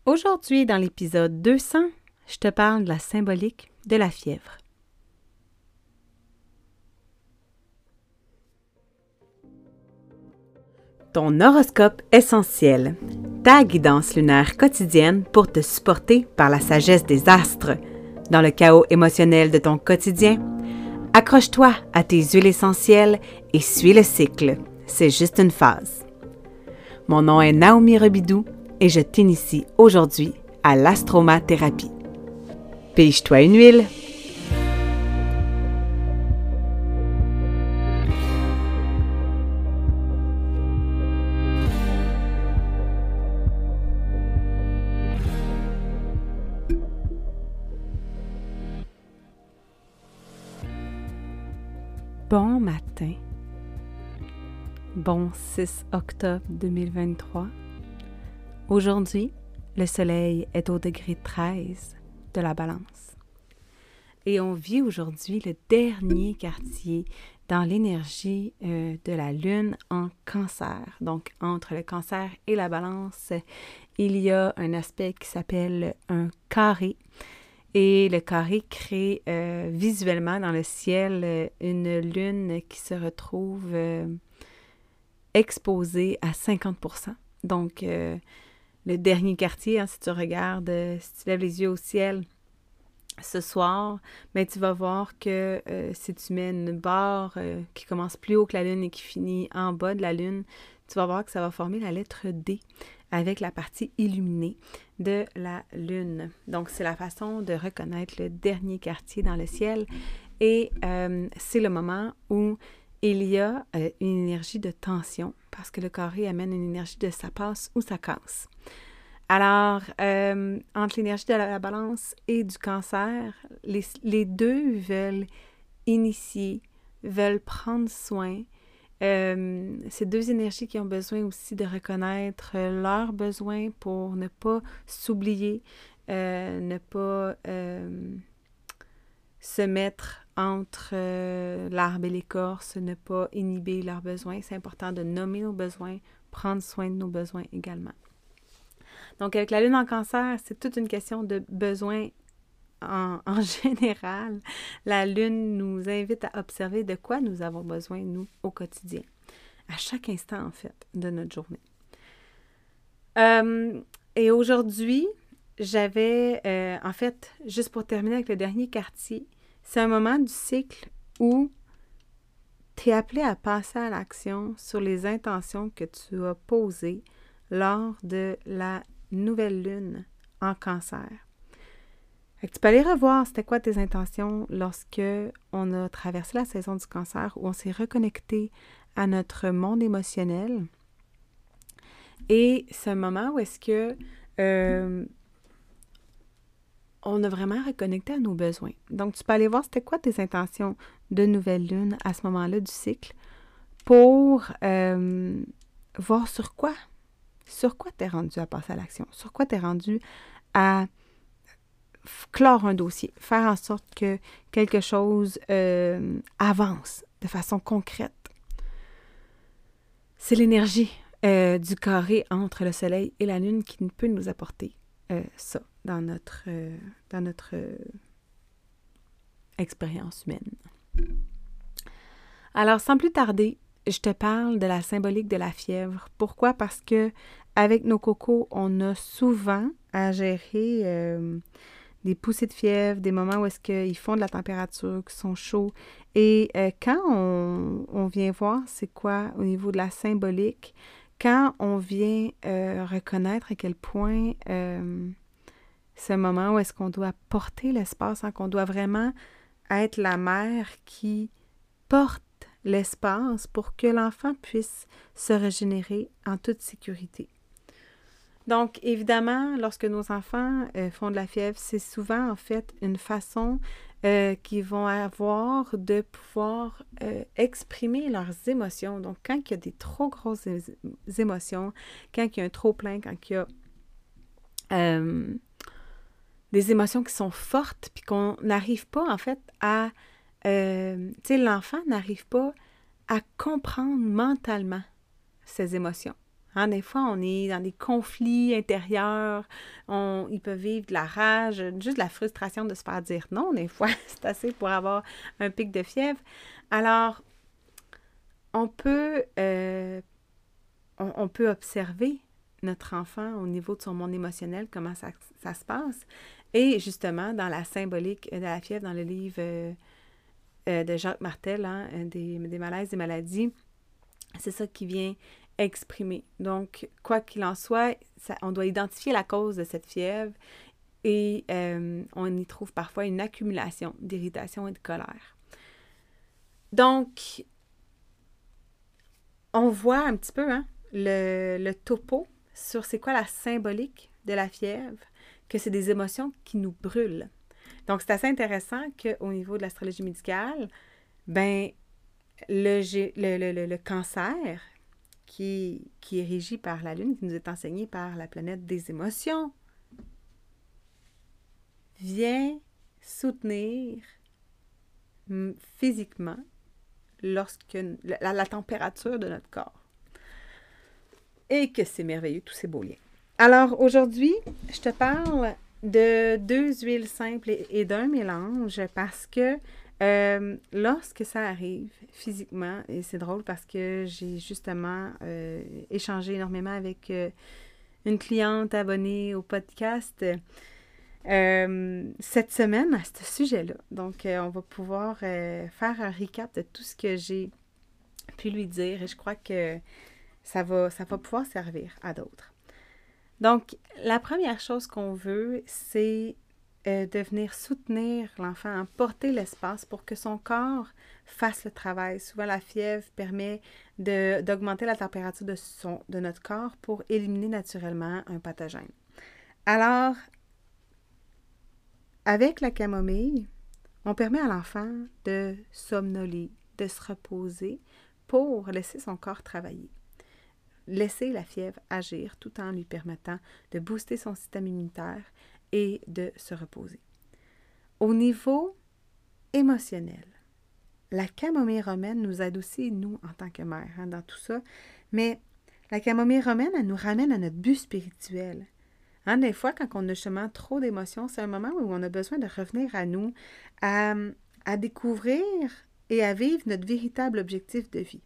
Aujourd'hui, dans l'épisode 200, je te parle de la symbolique de la fièvre. Ton horoscope essentiel, ta guidance lunaire quotidienne pour te supporter par la sagesse des astres. Dans le chaos émotionnel de ton quotidien, accroche-toi à tes huiles essentielles et suis le cycle. C'est juste une phase. Mon nom est Naomi Robidoux et je t'initie aujourd'hui à l'astromathérapie. Pige-toi une huile. Bon matin. Bon 6 octobre 2023. Aujourd'hui, le soleil est au degré 13 de la balance. Et on vit aujourd'hui le dernier quartier dans l'énergie de la lune en cancer. Donc, entre le cancer et la balance, il y a un aspect qui s'appelle un carré. Et le carré crée visuellement dans le ciel une lune qui se retrouve exposée à 50%. Donc, le dernier quartier, si tu regardes, si tu lèves les yeux au ciel ce soir, ben, tu vas voir que si tu mets une barre qui commence plus haut que la lune et qui finit en bas de la lune, tu vas voir que ça va former la lettre D avec la partie illuminée de la lune. Donc, c'est la façon de reconnaître le dernier quartier dans le ciel et c'est le moment où il y a une énergie de tension parce que le carré amène une énergie de ça passe ou ça casse. Alors, entre l'énergie de la balance et du cancer, les deux veulent initier, veulent prendre soin. C'est deux énergies qui ont besoin aussi de reconnaître leurs besoins pour ne pas s'oublier, ne pas se mettre entre l'arbre et l'écorce, ne pas inhiber leurs besoins. C'est important de nommer nos besoins, prendre soin de nos besoins également. Donc, avec la lune en cancer, c'est toute une question de besoins en général. La lune nous invite à observer de quoi nous avons besoin, nous, au quotidien, à chaque instant, en fait, de notre journée. Et aujourd'hui, j'avais, en fait, juste pour terminer avec le dernier quartier, c'est un moment du cycle où tu es appelé à passer à l'action sur les intentions que tu as posées lors de la nouvelle lune en cancer. Fait que tu peux aller revoir c'était quoi tes intentions lorsque on a traversé la saison du cancer, où on s'est reconnecté à notre monde émotionnel. Et ce moment où est-ce que on a vraiment reconnecté à nos besoins. Donc, tu peux aller voir c'était quoi tes intentions de nouvelle lune à ce moment-là du cycle pour voir sur quoi tu es rendu à passer à l'action, sur quoi tu es rendu à clore un dossier, faire en sorte que quelque chose avance de façon concrète. C'est l'énergie du carré entre le soleil et la lune qui peut nous apporter ça dans notre expérience humaine. Alors, sans plus tarder, je te parle de la symbolique de la fièvre. Pourquoi? Parce que avec nos cocos, on a souvent à gérer des poussées de fièvre, des moments où est-ce qu'ils font de la température, qui sont chauds. Et quand on vient voir c'est quoi au niveau de la symbolique, quand on vient reconnaître à quel point ce moment où est-ce qu'on doit porter l'espace, hein, qu'on doit vraiment être la mère qui porte l'espace pour que l'enfant puisse se régénérer en toute sécurité. Donc, évidemment, lorsque nos enfants font de la fièvre, c'est souvent, en fait, une façon qu'ils vont avoir de pouvoir exprimer leurs émotions. Donc, quand il y a des trop grosses émotions, quand il y a un trop-plein, quand il y a des émotions qui sont fortes, puis qu'on n'arrive pas, en fait, à... tu sais, l'enfant n'arrive pas à comprendre mentalement ses émotions. Hein, des fois, on est dans des conflits intérieurs, ils peuvent vivre de la rage, juste de la frustration de se faire dire non. Des fois, c'est assez pour avoir un pic de fièvre. Alors, on peut observer notre enfant au niveau de son monde émotionnel, comment ça se passe. Et justement, dans la symbolique de la fièvre, dans le livre de Jacques Martel, hein, des malaises et maladies, c'est ça qui vient exprimer. Donc, quoi qu'il en soit, on doit identifier la cause de cette fièvre et on y trouve parfois une accumulation d'irritation et de colère. Donc, on voit un petit peu le topo sur c'est quoi la symbolique de la fièvre, que c'est des émotions qui nous brûlent. Donc, c'est assez intéressant qu'au niveau de l'astrologie médicale, ben le cancer, qui est régi par la Lune, qui nous est enseigné par la planète des émotions, vient soutenir physiquement lorsque la température de notre corps. Et que c'est merveilleux, tous ces beaux liens. Alors, aujourd'hui, je te parle de 2 huiles simples et d'un mélange parce que lorsque ça arrive physiquement, et c'est drôle parce que j'ai justement échangé énormément avec une cliente abonnée au podcast cette semaine à ce sujet-là. Donc, on va pouvoir faire un recap de tout ce que j'ai pu lui dire et je crois que ça va pouvoir servir à d'autres. Donc, la première chose qu'on veut, c'est de venir soutenir l'enfant, porter l'espace pour que son corps fasse le travail. Souvent, la fièvre permet d'augmenter la température de notre corps pour éliminer naturellement un pathogène. Alors, avec la camomille, on permet à l'enfant de somnoler, de se reposer pour laisser son corps travailler. Laisser la fièvre agir tout en lui permettant de booster son système immunitaire et de se reposer. Au niveau émotionnel, la camomille romaine nous aide aussi, nous, en tant que mère, dans tout ça, mais la camomille romaine, elle nous ramène à notre but spirituel. Des fois, quand on a justement trop d'émotions, c'est un moment où on a besoin de revenir à nous, à découvrir et à vivre notre véritable objectif de vie.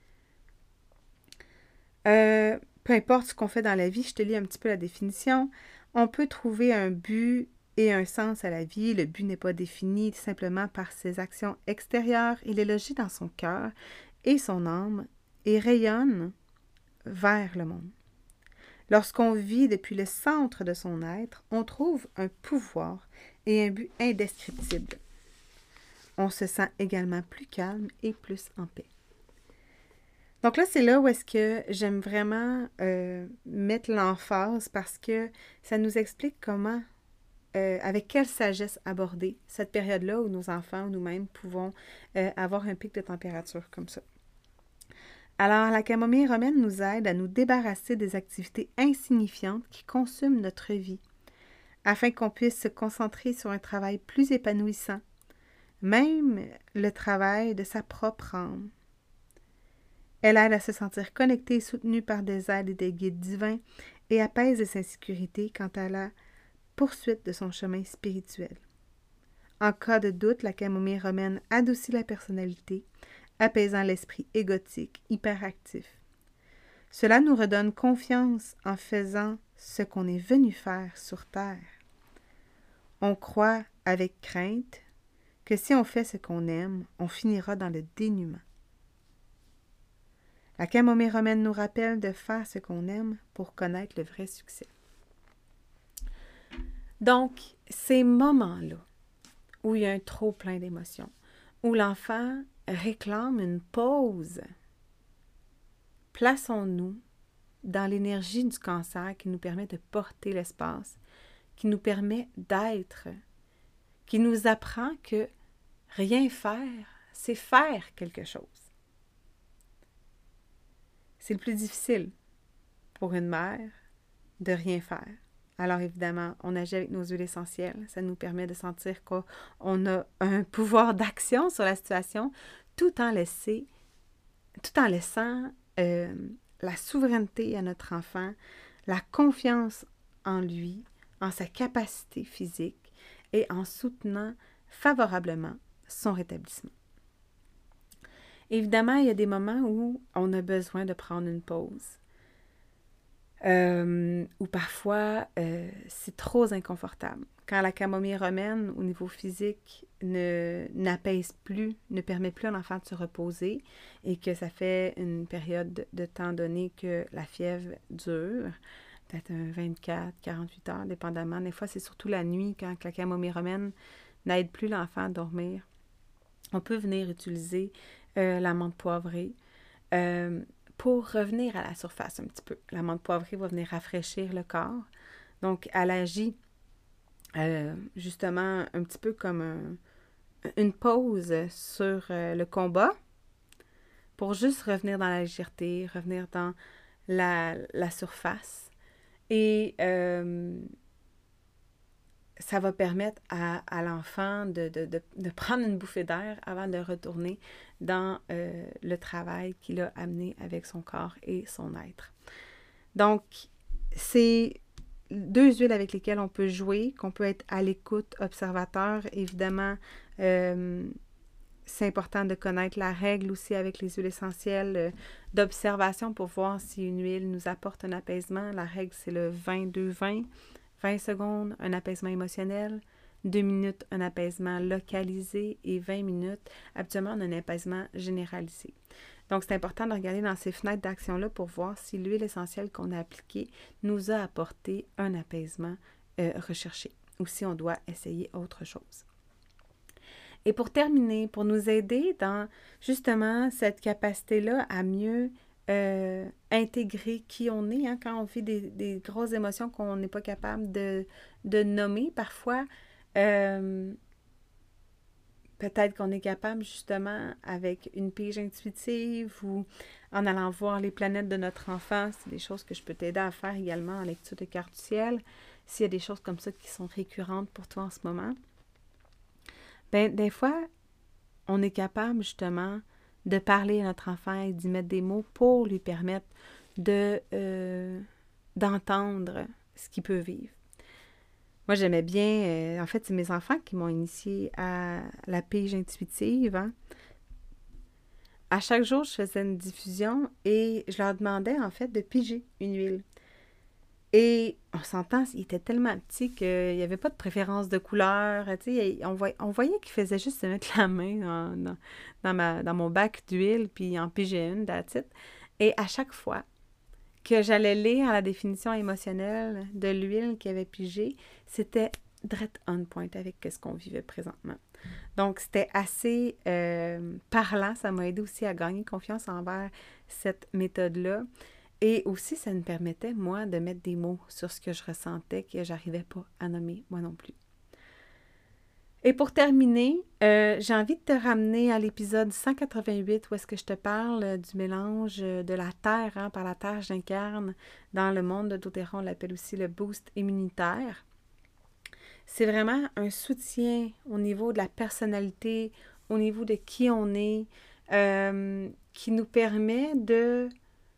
Peu importe ce qu'on fait dans la vie, je te lis un petit peu la définition. On peut trouver un but et un sens à la vie. Le but n'est pas défini simplement par ses actions extérieures. Il est logé dans son cœur et son âme et rayonne vers le monde. Lorsqu'on vit depuis le centre de son être, on trouve un pouvoir et un but indescriptibles. On se sent également plus calme et plus en paix. Donc là, c'est là où est-ce que j'aime vraiment mettre l'emphase parce que ça nous explique comment, avec quelle sagesse aborder cette période-là où nos enfants ou nous-mêmes pouvons avoir un pic de température comme ça. Alors, la camomille romaine nous aide à nous débarrasser des activités insignifiantes qui consument notre vie, afin qu'on puisse se concentrer sur un travail plus épanouissant, même le travail de sa propre âme. Elle aide à se sentir connectée et soutenue par des aides et des guides divins et apaise les insécurités quant à la poursuite de son chemin spirituel. En cas de doute, la camomille romaine adoucit la personnalité, apaisant l'esprit égotique, hyperactif. Cela nous redonne confiance en faisant ce qu'on est venu faire sur Terre. On croit avec crainte que si on fait ce qu'on aime, on finira dans le dénuement. La camomille romaine nous rappelle de faire ce qu'on aime pour connaître le vrai succès. Donc, ces moments-là, où il y a un trop plein d'émotions, où l'enfant réclame une pause, plaçons-nous dans l'énergie du cancer qui nous permet de porter l'espace, qui nous permet d'être, qui nous apprend que rien faire, c'est faire quelque chose. C'est le plus difficile pour une mère de rien faire. Alors évidemment, on agit avec nos huiles essentielles. Ça nous permet de sentir qu'on a un pouvoir d'action sur la situation tout en laissant la souveraineté à notre enfant, la confiance en lui, en sa capacité physique et en soutenant favorablement son rétablissement. Évidemment, il y a des moments où on a besoin de prendre une pause. Ou parfois, c'est trop inconfortable. Quand la camomille romaine, au niveau physique, n'apaise plus, ne permet plus à l'enfant de se reposer et que ça fait une période de temps donné que la fièvre dure, peut-être 24, 48 heures, dépendamment. Des fois, c'est surtout la nuit, quand la camomille romaine n'aide plus l'enfant à dormir. On peut venir utiliser la menthe poivrée pour revenir à la surface un petit peu. La menthe poivrée va venir rafraîchir le corps. Donc, elle agit justement un petit peu comme une pause sur le combat pour juste revenir dans la légèreté, revenir dans la surface. Et ça va permettre à l'enfant de prendre une bouffée d'air avant de retourner dans le travail qu'il a amené avec son corps et son être. Donc, c'est 2 huiles avec lesquelles on peut jouer, qu'on peut être à l'écoute, observateur. Évidemment, c'est important de connaître la règle aussi avec les huiles essentielles d'observation pour voir si une huile nous apporte un apaisement. La règle, c'est le 20-2-20. 20 secondes, un apaisement émotionnel. 2 minutes, un apaisement localisé. Et 20 minutes, habituellement, on a un apaisement généralisé. Donc, c'est important de regarder dans ces fenêtres d'action-là pour voir si l'huile essentielle qu'on a appliquée nous a apporté un apaisement recherché ou si on doit essayer autre chose. Et pour terminer, pour nous aider dans justement cette capacité-là à mieux intégrer qui on est, hein, quand on vit des grosses émotions qu'on n'est pas capable de nommer parfois, peut-être qu'on est capable justement avec une pige intuitive ou en allant voir les planètes de notre enfant. C'est des choses que je peux t'aider à faire également en lecture de cartes du ciel. S'il y a des choses comme ça qui sont récurrentes pour toi en ce moment, bien, des fois, on est capable justement de parler à notre enfant et d'y mettre des mots pour lui permettre d'entendre ce qu'il peut vivre. Moi, j'aimais bien, en fait, c'est mes enfants qui m'ont initiée à la pige intuitive. Hein. À chaque jour, je faisais une diffusion et je leur demandais, en fait, de piger une huile. Et on s'entend, il était tellement petit qu'il n'y avait pas de préférence de couleur. Tu sais, on voyait qu'il faisait juste se mettre la main dans mon bac d'huile, puis en piger une, that's it. Et à chaque fois que j'allais lire la définition émotionnelle de l'huile qu'il avait pigée, c'était direct on point avec ce qu'on vivait présentement. Donc, c'était assez parlant. Ça m'a aidé aussi à gagner confiance envers cette méthode-là. Et aussi, ça me permettait, moi, de mettre des mots sur ce que je ressentais, que je n'arrivais pas à nommer, moi non plus. Et pour terminer, j'ai envie de te ramener à l'épisode 188 où est-ce que je te parle du mélange de la terre, hein, par la terre j'incarne. Dans le monde de d'Otéron, on l'appelle aussi le boost immunitaire. C'est vraiment un soutien au niveau de la personnalité, au niveau de qui on est, qui nous permet de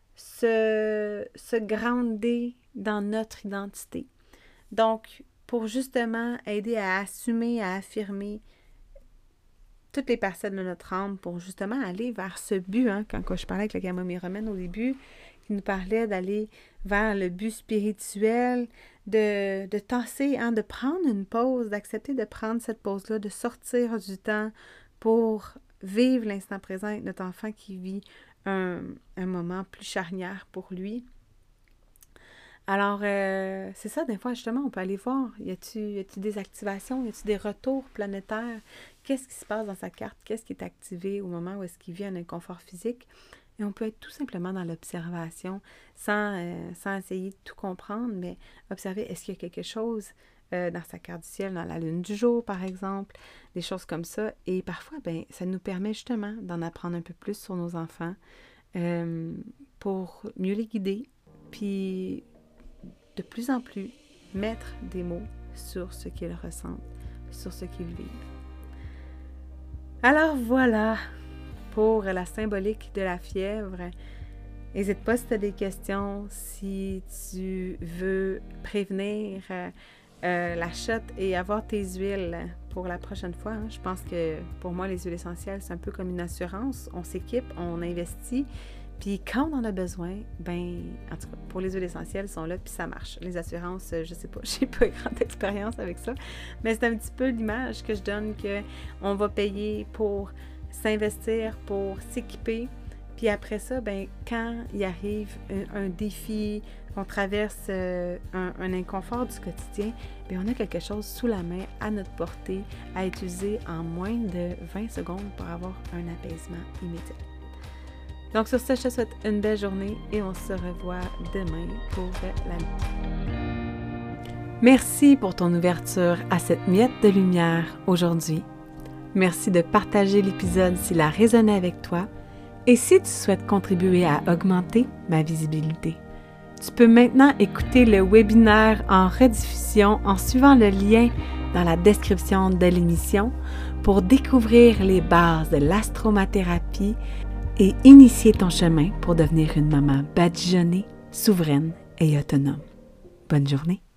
se grounder dans notre identité. Donc, pour justement aider à assumer, à affirmer toutes les parcelles de notre âme, pour justement aller vers ce but, hein, quand je parlais avec la camomille romaine au début, qui nous parlait d'aller vers le but spirituel, de tasser, hein, de prendre une pause, d'accepter de prendre cette pause-là, de sortir du temps pour vivre l'instant présent avec notre enfant qui vit un moment plus charnière pour lui. Alors, c'est ça, des fois, justement, on peut aller voir, y a-t-il des activations, y a-t-il des retours planétaires? Qu'est-ce qui se passe dans sa carte? Qu'est-ce qui est activé au moment où est-ce qu'il vit un inconfort physique? Et on peut être tout simplement dans l'observation, sans essayer de tout comprendre, mais observer, est-ce qu'il y a quelque chose dans sa carte du ciel, dans la lune du jour, par exemple, des choses comme ça. Et parfois, ben, ça nous permet justement d'en apprendre un peu plus sur nos enfants pour mieux les guider, puis de plus en plus mettre des mots sur ce qu'ils ressentent, sur ce qu'ils vivent. Alors voilà pour la symbolique de la fièvre. N'hésite pas si tu as des questions, si tu veux prévenir la shot et avoir tes huiles pour la prochaine fois. Je pense que pour moi, les huiles essentielles, c'est un peu comme une assurance. On s'équipe, on investit, puis quand on en a besoin, en tout cas, pour les huiles essentielles, sont là, puis ça marche. Les assurances, je sais pas, j'ai pas grande expérience avec ça, mais c'est un petit peu l'image que je donne, qu'on va payer pour s'investir, pour s'équiper. Puis après ça, quand il arrive un défi, qu'on traverse un inconfort du quotidien, on a quelque chose sous la main, à notre portée, à utiliser en moins de 20 secondes pour avoir un apaisement immédiat. Donc sur ce, je te souhaite une belle journée et on se revoit demain pour la nuit. Merci pour ton ouverture à cette miette de lumière aujourd'hui. Merci de partager l'épisode s'il a résonné avec toi. Et si tu souhaites contribuer à augmenter ma visibilité, tu peux maintenant écouter le webinaire en rediffusion en suivant le lien dans la description de l'émission pour découvrir les bases de l'astromathérapie et initier ton chemin pour devenir une maman badigeonnée, souveraine et autonome. Bonne journée!